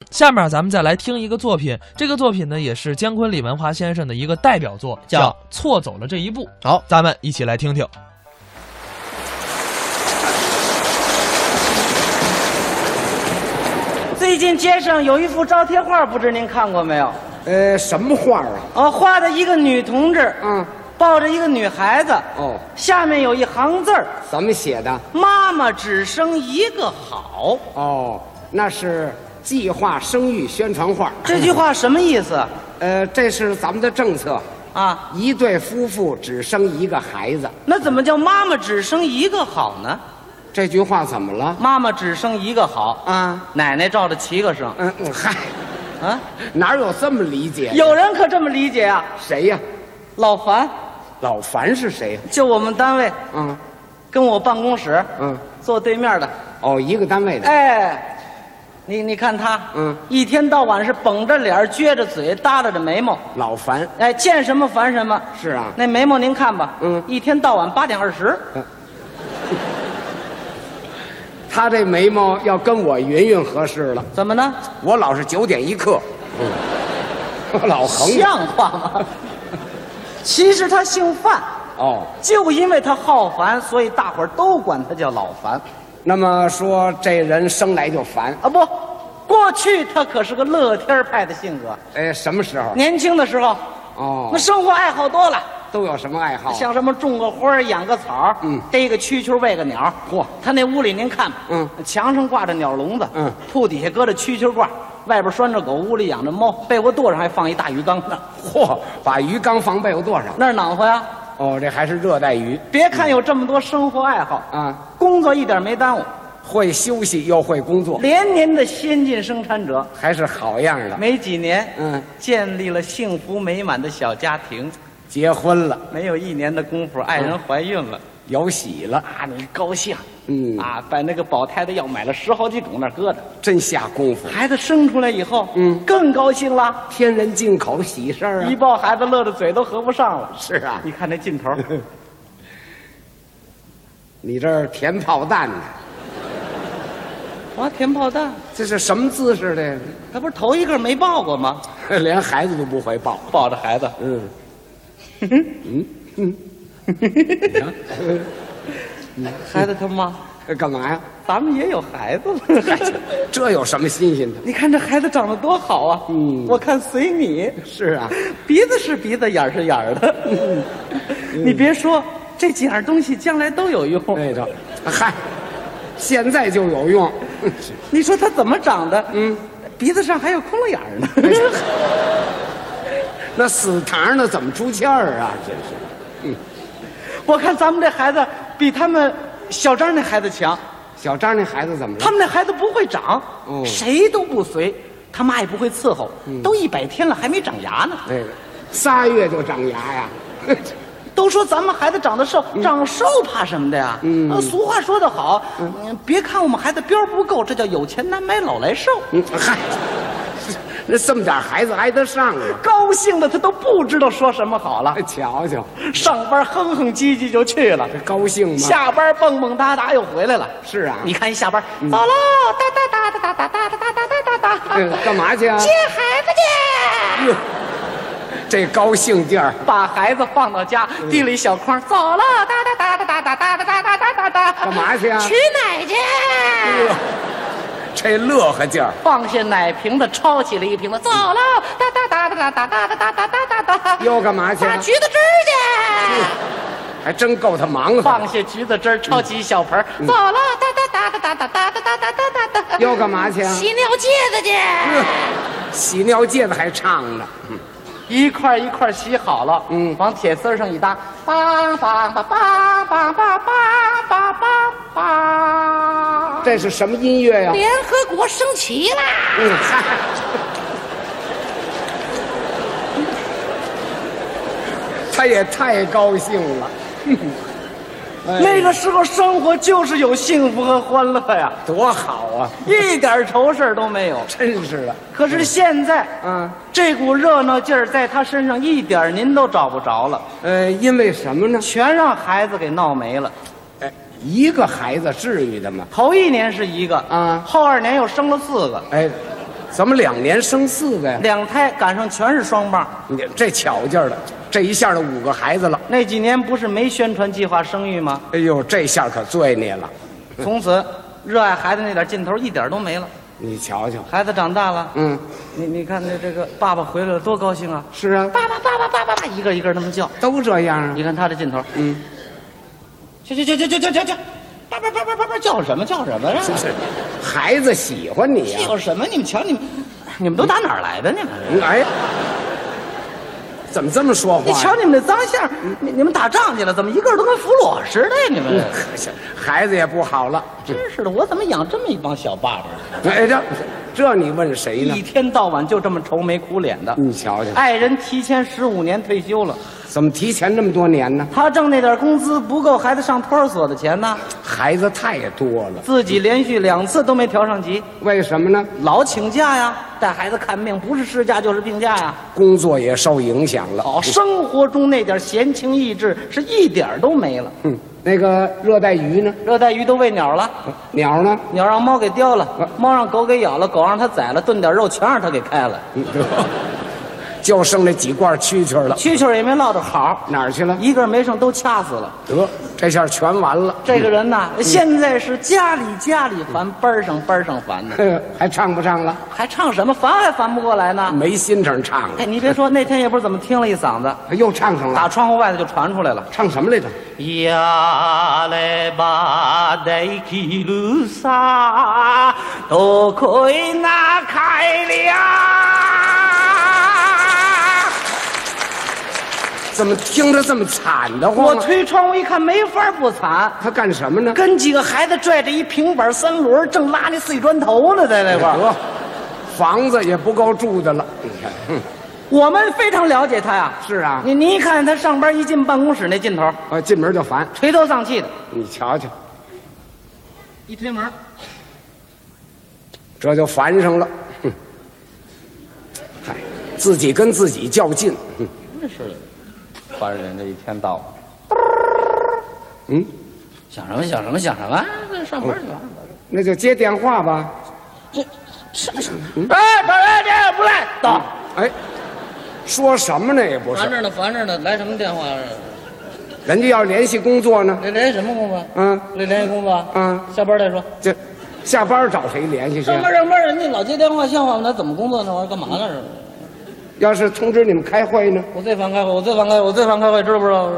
下面咱们再来听一个作品，这个作品呢也是姜昆、李文华先生的一个代表作，叫《错走了这一步》。 好， 咱们一起来听听。 最近街上有一幅招贴画，不知您看过没有？ 什么画啊？ 画的一个女同志，抱着一个女孩子，下面有一行字儿， 怎么写的？ 妈妈只生一个好。 那是计划生育宣传画。 这句话什么意思？ 这是咱们的政策啊， 一对夫妇只生一个孩子。 那怎么叫妈妈只生一个好呢？ 这句话怎么了？ 妈妈只生一个好啊， 奶奶照着7个生。 嗨， 啊， 哪有这么理解？ 有人可这么理解啊？ 谁呀？ 老樊。 老樊是谁呀？ 就我们单位，跟我办公室，坐对面的。 一个单位的。 哎，你看他，一天到晚是绷着脸、撅着嘴、耷拉着眉毛。 老樊。 哎，见什么烦什么。 是啊。 那眉毛您看吧，一天到晚8点20。 他这眉毛要跟我云云合适了。 怎么呢？ 我老是9点1刻。我老横。 像话吗？其实他姓范。就因为他好烦，所以大伙儿都管他叫老樊。 那么说这人生来就烦啊？不，过去他可是个乐天派的性格。 什么时候？ 年轻的时候。那生活爱好多了。 都有什么爱好？ 像什么种个花、养个草，逮个蛐蛐、喂个鸟。他那屋里您看，墙上挂着鸟笼子，铺底下搁着蛐蛐挂，外边拴着狗，屋里养着猫，被窝垛上还放一大鱼缸呢。 把鱼缸放被窝垛上， 那是暖和呀。 这还是热带鱼。 别看有这么多生活爱好工作一点没耽误， 会休息又会工作， 连年的先进生产者， 还是好样的。 没几年，建立了幸福美满的小家庭。 结婚了， 没有1年的功夫，爱人怀孕了， 有喜了啊！你高兴，把那个保胎的药买了10好几种那搁着， 真下功夫。 孩子生出来以后，更高兴了， 天人进口喜事儿啊！ 一抱孩子乐得嘴都合不上了。 是啊， 你看那劲头。 你这儿填炮弹呢？ 填炮弹， 这是什么姿势的？ 他不是头一个没抱过吗？ 连孩子都不会抱， 抱着孩子，孩子他妈干嘛呀？ 咱们也有孩子了， 这有什么新鲜的？ 你看这孩子长得多好啊！我看随你。 是啊， 鼻子是鼻子，眼儿是眼儿的。你别说，这几样东西将来都有用。 嗨，现在就有用。 你说他怎么长的？鼻子上还有窟窿眼儿呢。 那死堂呢？怎么出气儿啊？真是。 我看咱们这孩子比他们小张那孩子强。 小张那孩子怎么了？ 他们那孩子不会长，谁都不随，他妈也不会伺候，都100天了还没长牙呢。 3月就长牙呀。 都说咱们孩子长得瘦，长瘦怕什么的呀？俗话说得好，别看我们孩子膘不够，这叫有钱难买老来瘦。 嗨，那这么点孩子挨得上啊？ 高兴的他都不知道说什么好了。 瞧瞧， 上班哼哼唧唧就去了， 这高兴吗？ 下班蹦蹦哒哒又回来了。 是啊， 你看一下班，走喽，哒哒哒哒哒哒哒哒哒哒， 干嘛去啊？ 接孩子去。 这高兴劲儿， 把孩子放到家，递了一小筐，走了，哒哒哒哒哒哒哒哒哒哒哒哒， 干嘛去啊？ 取奶去。 这乐呵劲儿， 放下奶瓶子，抄起了一瓶子，走了，哒哒哒哒哒哒哒哒哒哒哒哒， 又干嘛去？ 打橘子汁儿去。 还真够他忙的。 放下橘子汁儿，抄起一小盆，走了，哒哒哒哒哒哒哒哒哒哒哒， 又干嘛去啊？ 洗尿介子去。 洗尿介子还唱呢。 一块一块洗好了，往铁丝上一搭，梆梆梆梆梆梆梆梆梆。 这是什么音乐呀？ 联合国升旗啦！ 他也太高兴了。 那个时候生活就是有幸福和欢乐呀， 多好啊， 一点愁事都没有， 真是的。 可是现在，这股热闹劲儿在他身上一点您都找不着了。 因为什么呢？ 全让孩子给闹没了。 一个孩子至于的吗？ 头1年是一个，后2年又生了4个。 怎么2年生4个呀 ？2胎赶上全是双棒。 你这巧劲儿了，这一下就5个孩子了。 那几年不是没宣传计划生育吗？ 哎呦，这下可罪孽了。 从此，热爱孩子那点劲头一点都没了。 你瞧瞧， 孩子长大了，你看这个爸爸回来了多高兴啊！ 是啊， 爸爸爸爸爸爸爸，一个一个那么叫， 都这样啊。 你看他这劲头，去，爸爸爸爸爸爸叫什么叫什么呀？ 是孩子喜欢你呀？ 叫什么？你们瞧你们都打哪儿来的？你们哎，怎么这么说话？ 你瞧你们那脏相，你们打仗去了，怎么一个都跟俘虏似的呀？你们孩子也不好了， 真是的，我怎么养这么一帮小爸爸？ 哎，这你问谁呢？ 一天到晚就这么愁眉苦脸的。 你瞧瞧， 爱人提前15年退休了， 怎么提前那么多年呢？ 他挣那点工资不够孩子上托儿所的钱呢。 孩子太多了， 自己连续2次都没调上级， 为什么呢？ 老请假呀，带孩子看病不是事假就是病假呀， 工作也受影响了。 生活中那点闲情逸致是一点都没了。 那个热带鱼呢？ 热带鱼都喂鸟了， 鸟呢？ 鸟让猫给叼了，猫让狗给咬了，狗让它宰了，炖点肉全让它给开了， 就剩那几罐蛐蛐了， 蛐蛐也没落着好， 哪儿去了？ 一个没剩，都掐死了。 得，这下全完了。 这个人呐，现在是家里烦，班上烦的。 还唱不唱了？ 还唱什么？烦还烦不过来呢。 没心情唱了。 哎，你别说，那天也不知道怎么听了一嗓子， 又唱上了。 打窗户外头就传出来了。 唱什么来着？ やればできるさ、どこへな帰りゃ。 怎么听着这么惨的慌？ 我推窗户一看，没法不惨。 他干什么呢？ 跟几个孩子拽着一平板3轮，正拉那碎砖头呢，在那块儿。 房子也不够住的了。你看， 我们非常了解他呀。 是啊， 你一看他上班一进办公室那劲头， 进门就烦， 垂头丧气的。 你瞧瞧， 一推门， 这就烦上了。嗨，自己跟自己较劲。 真是的。烦人，这一天到晚。想什么？上班去吧。 那就接电话吧。 哎，不来，到。 哎，说什么呢？也不是。 烦着呢，来什么电话？ 人家要联系工作呢。 联系什么工作？联系工作。下班再说。 这下班找谁联系去？ 上班，人家老接电话，像话吗？他怎么工作那玩意儿？干嘛呢？ 要是通知你们开会呢？ 我最烦开会，知道不知道？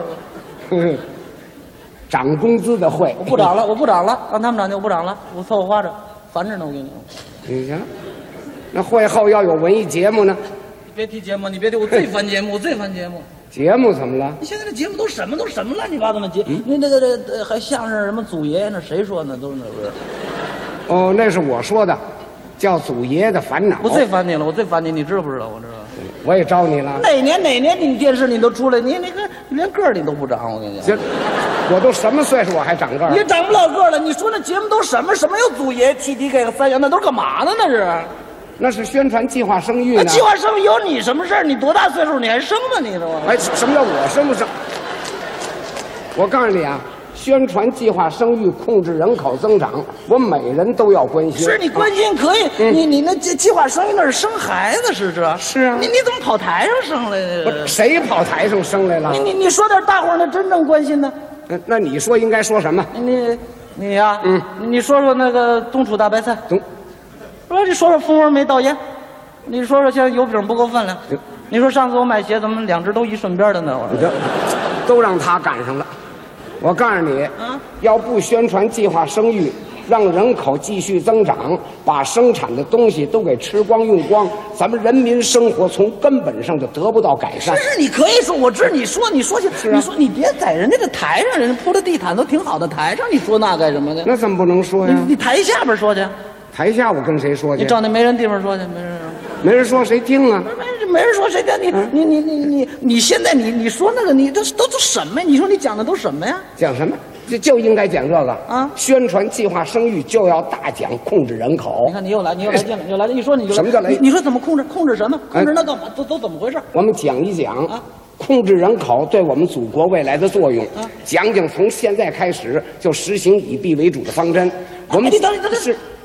涨工资的会， 我不涨了，让他们涨去，我不涨了，我凑合花着，烦着呢，我跟你说。 你瞧，那会后要有文艺节目呢？ 你别提节目，我最烦节目，节目怎么了？ 你现在的节目都什么乱七八糟的节？那个还相声什么祖爷那谁说呢？都是那不是？ 哦，那是我说的，叫祖爷的烦恼。 我最烦你了，你知道不知道？我知道。 我也招你了。 哪年你电视你都出来，你那个连个儿你都不长，我跟你讲。 我都什么岁数我还长个儿？ 你长不了个儿了。你说那节目都什么又祖爷 TDK 和3元，那都是干嘛呢？ 那是宣传计划生育呢。 计划生育有你什么事儿？你多大岁数你还生吗？你说？ 哎，什么叫我生不生？我告诉你啊。宣传计划生育，控制人口增长，我每人都要关心。 是你关心可以，你那计划生育那是生孩子，是这？ 是啊。 你怎么跑台上生来的？ 谁跑台上生来了？ 你说点大伙儿那真正关心的。 那你说应该说什么？ 你呀，你说说那个冬储大白菜。你说说蜂窝没倒烟，你说说现在油饼不够分量，你说上次我买鞋怎么2只都一顺边的呢？ 都让他赶上了。我告诉你，要不宣传计划生育，让人口继续增长，把生产的东西都给吃光用光，咱们人民生活从根本上就得不到改善。 是你可以说，我知你说去，你说你别在人家这台上，人家铺的地毯都挺好的，台上你说那干什么呢？ 那怎么不能说呀？ 你台下边说去。 台下我跟谁说去？ 你照那没人地方说去， 没人说谁听啊？ 没人说谁听？你现在你说那个，你都什么呀？你说你讲的都什么呀？ 讲什么？就应该讲这个啊！宣传计划生育就要大讲控制人口。 你看你又来劲了，一说你就来。 什么叫来？ 你说怎么控制？控制什么？控制那干嘛？都怎么回事？ 我们讲一讲控制人口对我们祖国未来的作用，讲从现在开始就实行以弊为主的方针。我们你等， 是。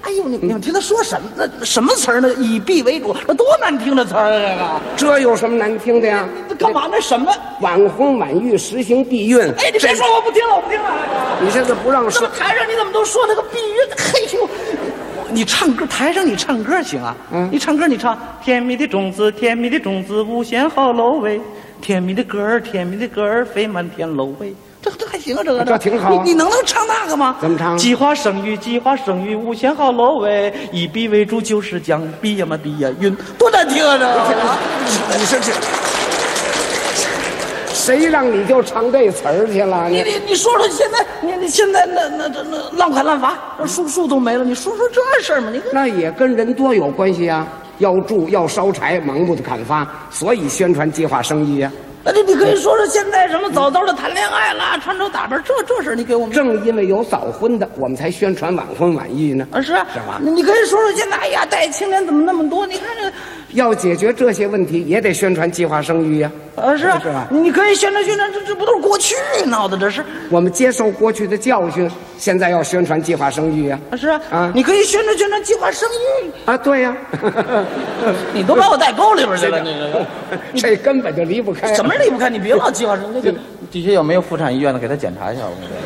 哎呦，你们听他说什么？那什么词儿呢？以避为主，那多难听的词儿啊！ 这有什么难听的呀？ 干嘛？那什么？ 晚婚晚育，实行避孕。 哎，你别说，我不听了，我不听了。 你这个不让说， 台上你怎么都说那个避孕？嘿呦！你唱歌，台上你唱歌行啊？你唱歌你唱甜蜜的种子，甜蜜的种子无限好搂喂，甜蜜的歌儿，甜蜜的歌儿飞满天搂喂。这还行啊，这挺好。 你能唱那个吗？ 怎么唱？ 计划生育，计划生育，无限好搂喂，以避为主就是将避呀嘛地呀晕，多难听啊！ 你说这。谁让你就唱这词儿去了？ 你说说现在，你现在那滥砍滥伐，树都没了，你说这事儿吗？你那也跟人多有关系啊！要住要烧柴，盲目的砍伐，所以宣传计划生育呀。 你可以说说现在什么早早的谈恋爱啦，穿着打扮，这事你给我们。 正因为有早婚的，我们才宣传晚婚晚育呢。 是吧？你可以说说现在，哎呀，带青年怎么那么多？你看这。 要解决这些问题，也得宣传计划生育呀。 是吧？你可以宣传，这不都是过去闹的？这是我们接受过去的教训，现在要宣传计划生育呀。 是啊，你可以宣传计划生育啊。对呀， 你都把我带沟里边去了， 这根本就离不开。 怎么离不开？你别老计划生育。底下有没有妇产医院的？给他检查一下。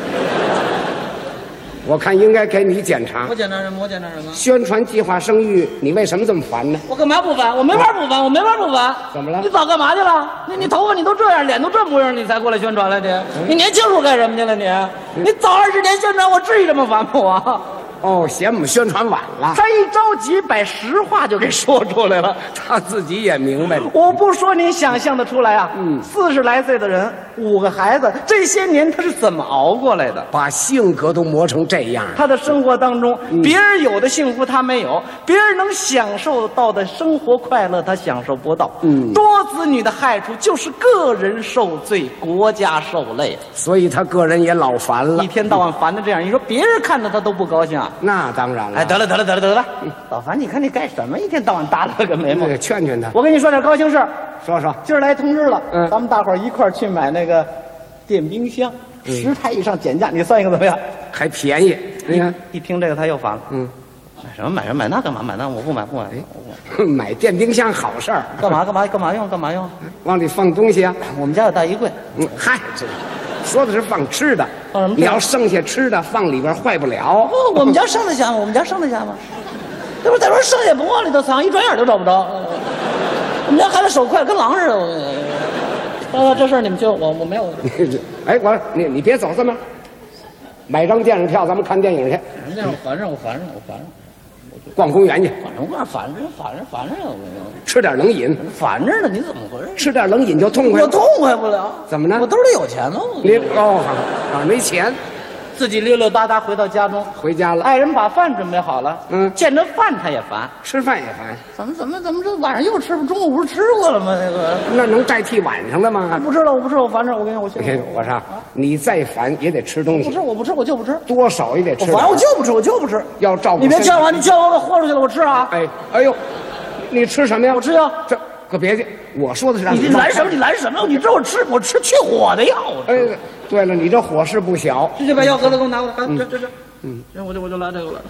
我看应该给你检查。 我检查什么？ 宣传计划生育，你为什么这么烦呢？ 我干嘛不烦？我没法不烦， 怎么了？ 你早干嘛去了？你头发你都这样，脸都这模样，你才过来宣传来的？你年轻时候干什么去了？你早20年宣传，我至于这么烦吗？我。 哦，嫌我们宣传晚了。 他一着急，把实话就给说出来了。 他自己也明白了。 我不说，你想象得出来啊？40来岁的人，5个孩子，这些年他是怎么熬过来的？ 把性格都磨成这样。 他的生活当中，别人有的幸福他没有，别人能享受到的生活快乐他享受不到。多子女的害处就是个人受罪，国家受累。 所以他个人也老烦了， 一天到晚烦的这样。你说别人看着他都不高兴啊？ 那当然了。 哎，得了，老樊，你看你干什么？一天到晚耷拉个眉毛。 劝劝他。 我跟你说点高兴事儿。 说说。 今儿来通知了，咱们大伙儿一块儿去买那个电冰箱，10台以上减价，你算一个怎么样？ 还便宜。你看， 一听这个他又烦了。买什么买那干嘛？买那我不买。 买电冰箱好事儿。 干嘛用？ 往里放东西啊。 我们家有大衣柜。 嗨，这。说的是放吃的，你要剩下吃的放里边坏不了。 我们家剩得下吗？这不再说剩下不往里头藏，一转眼就找不着。我们家孩子手快，跟狼似的。这事儿你们就我没有。 哎，你别走这么，买张电影票，咱们看电影去。 我烦着。 逛公园去。 反正吃点冷饮。 烦着呢，你怎么回事？ 吃点冷饮就痛快。 我痛快不了。 怎么呢？ 我兜里有钱吗？ 没钱。 自己溜溜达达回到家中， 回家了。 爱人把饭准备好了，见着饭他也烦， 吃饭也烦。 怎么这晚上又吃？中午不是吃过了吗？ 那能代替晚上的吗？ 不吃了，我烦着。我说，你再烦也得吃东西。 我不吃，我就不吃。 多少也得吃。 我就不吃。 要照顾。 你别叫我，你叫我给豁出去了，我吃啊！ 哎呦，你吃什么呀？ 我吃药。 这可别介，我说的是让你拦什么？你拦什么？你知道我吃去火的药。 对了，你这火势不小。 这把药盒子给我拿过来，这。我就拿这个了。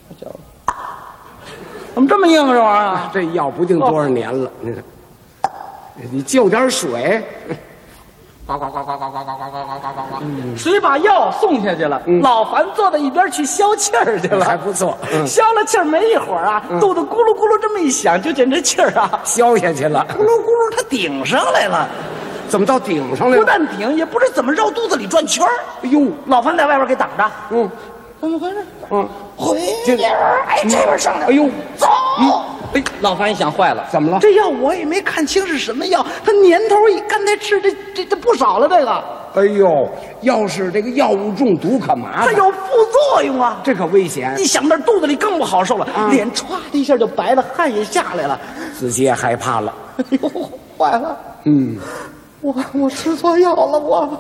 怎么这么硬啊？这玩意儿， 这药不定多少年了。你就点水。呱。 谁把药送下去了？老樊坐在一边去消气儿去了， 还不错。 消了气儿没一会儿啊，肚子咕噜咕噜这么一响，就见这气儿啊消下去了， 咕噜咕噜，它顶上来了。 怎么到顶上来了？ 不但顶，也不知怎么绕肚子里转圈儿。 哎呦， 老樊在外边给挡着。怎么回事？回这边，这边上来。 哎呦， 走。老樊一想，坏了， 怎么了？ 这药我也没看清是什么药，它年头一刚才吃这不少了，这个。 哎呦，要是这个药物中毒可麻烦， 它有副作用啊， 这可危险。 一想到肚子里更不好受了，脸歘的一下就白了，汗也下来了， 自己也害怕了。 哎呦，坏了。我吃错药了，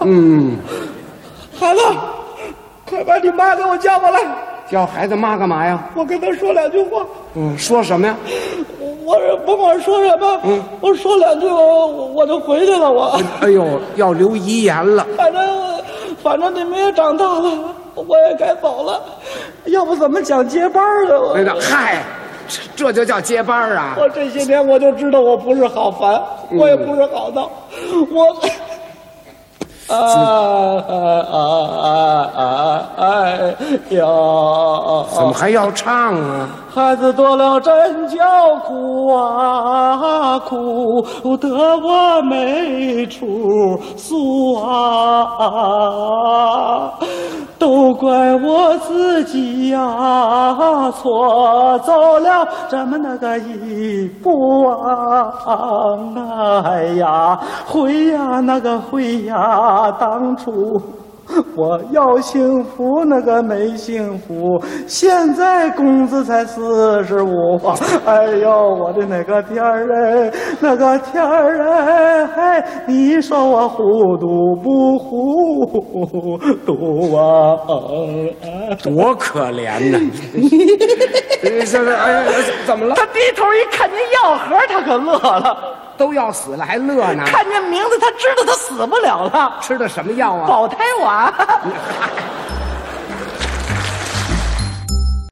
孩子，快把你妈给我叫过来。 叫孩子妈干嘛呀？ 我跟他说2句话。 说什么呀？ 我甭管说什么，我说2句我就回去了。 哎呦，要留遗言了。 反正你们也长大了， 我也该走了。要不怎么讲接班的？ 嗨，这就叫接班啊！ 我这些年我就知道我不是好烦，我也不是好闹，我。哎呀！ 怎么还要唱啊？ 孩子多了真叫苦啊，苦得我没处诉啊！都怪我自己呀，错走了这么那个一步啊！哎呀，悔呀那个悔呀，当初我要幸福，那个没幸福，现在工资才45。哎呦，我的那个天儿哎，那个天儿哎，你说我糊涂不糊涂啊？ 多可怜呐！哎，怎么了？ 他低头一看见药盒，他可乐了。 都要死了还乐呢？ 看见名字，他知道他死不了了。 吃的什么药啊？ 保胎丸。